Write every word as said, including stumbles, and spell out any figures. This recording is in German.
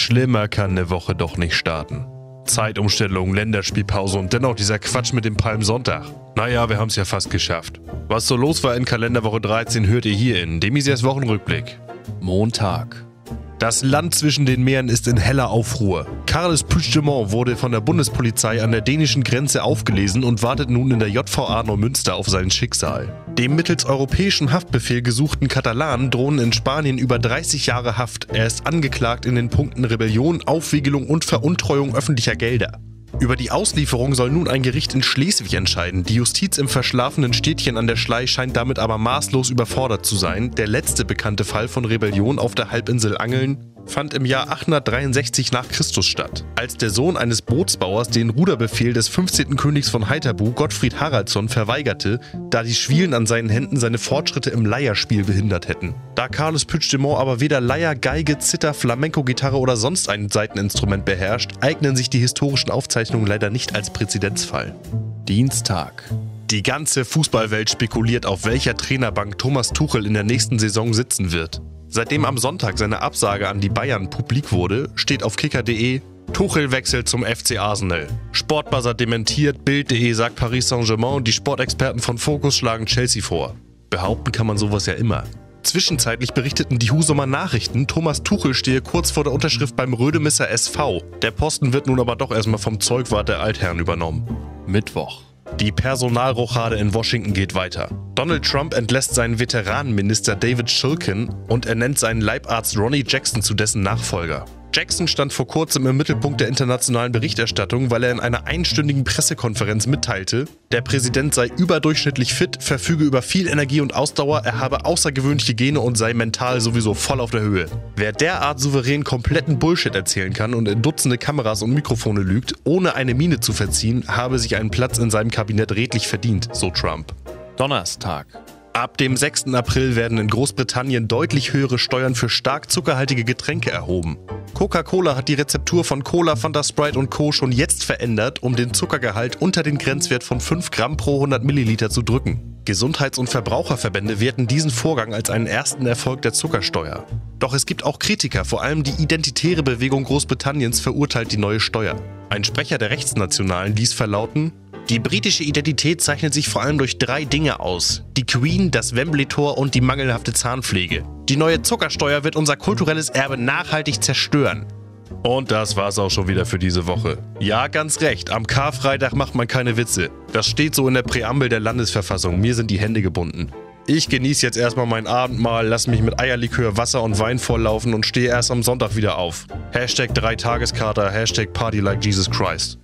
Schlimmer kann eine Woche doch nicht starten. Zeitumstellung, Länderspielpause und dennoch dieser Quatsch mit dem Palmsonntag. Naja, wir haben es ja fast geschafft. Was so los war in Kalenderwoche dreizehn, hört ihr hier in Demisiers Wochenrückblick. Montag. Das Land zwischen den Meeren ist in heller Aufruhr. Carles Puigdemont wurde von der Bundespolizei an der dänischen Grenze aufgelesen und wartet nun in der J V A Neumünster auf sein Schicksal. Dem mittels europäischem Haftbefehl gesuchten Katalanen drohen in Spanien über dreißig Jahre Haft. Er ist angeklagt in den Punkten Rebellion, Aufwiegelung und Veruntreuung öffentlicher Gelder. Über die Auslieferung soll nun ein Gericht in Schleswig entscheiden. Die Justiz im verschlafenen Städtchen an der Schlei scheint damit aber maßlos überfordert zu sein. Der letzte bekannte Fall von Rebellion auf der Halbinsel Angeln fand im Jahr achthundertdreiundsechzig nach Christus statt, als der Sohn eines Bootsbauers den Ruderbefehl des fünfzehnten Königs von Haithabu, Gottfried Haraldsson, verweigerte, da die Schwielen an seinen Händen seine Fortschritte im Leierspiel behindert hätten. Da Carles Puigdemont aber weder Leier, Geige, Zither, Flamenco-Gitarre oder sonst ein Saiteninstrument beherrscht, eignen sich die historischen Aufzeichnungen leider nicht als Präzedenzfall. Dienstag. Die ganze Fußballwelt spekuliert, auf welcher Trainerbank Thomas Tuchel in der nächsten Saison sitzen wird. Seitdem am Sonntag seine Absage an die Bayern publik wurde, steht auf kicker punkt de: Tuchel wechselt zum F C Arsenal. Sportbuzzer dementiert, Bild punkt de sagt Paris Saint-Germain, die Sportexperten von Focus schlagen Chelsea vor. Behaupten kann man sowas ja immer. Zwischenzeitlich berichteten die Husumer Nachrichten, Thomas Tuchel stehe kurz vor der Unterschrift beim Rödemisser S V. Der Posten wird nun aber doch erstmal vom Zeugwart der Altherren übernommen. Mittwoch. Die Personalrochade in Washington geht weiter. Donald Trump entlässt seinen Veteranenminister David Shulkin und ernennt seinen Leibarzt Ronny Jackson zu dessen Nachfolger. Jackson stand vor kurzem im Mittelpunkt der internationalen Berichterstattung, weil er in einer einstündigen Pressekonferenz mitteilte, der Präsident sei überdurchschnittlich fit, verfüge über viel Energie und Ausdauer, er habe außergewöhnliche Gene und sei mental sowieso voll auf der Höhe. Wer derart souverän kompletten Bullshit erzählen kann und in Dutzende Kameras und Mikrofone lügt, ohne eine Miene zu verziehen, habe sich einen Platz in seinem Kabinett redlich verdient, so Trump. Donnerstag. Ab dem sechsten April werden in Großbritannien deutlich höhere Steuern für stark zuckerhaltige Getränke erhoben. Coca-Cola hat die Rezeptur von Cola, Fanta, Sprite und Co. schon jetzt verändert, um den Zuckergehalt unter den Grenzwert von fünf Gramm pro hundert Milliliter zu drücken. Gesundheits- und Verbraucherverbände werten diesen Vorgang als einen ersten Erfolg der Zuckersteuer. Doch es gibt auch Kritiker, vor allem die Identitäre Bewegung Großbritanniens verurteilt die neue Steuer. Ein Sprecher der Rechtsnationalen ließ verlauten: Die britische Identität zeichnet sich vor allem durch drei Dinge aus: die Queen, das Wembley-Tor und die mangelhafte Zahnpflege. Die neue Zuckersteuer wird unser kulturelles Erbe nachhaltig zerstören. Und das war's auch schon wieder für diese Woche. Ja, ganz recht, am Karfreitag macht man keine Witze. Das steht so in der Präambel der Landesverfassung, mir sind die Hände gebunden. Ich genieße jetzt erstmal mein Abendmahl, lass mich mit Eierlikör, Wasser und Wein volllaufen und stehe erst am Sonntag wieder auf. Hashtag drei Tageskater, Hashtag Party like Jesus Christ.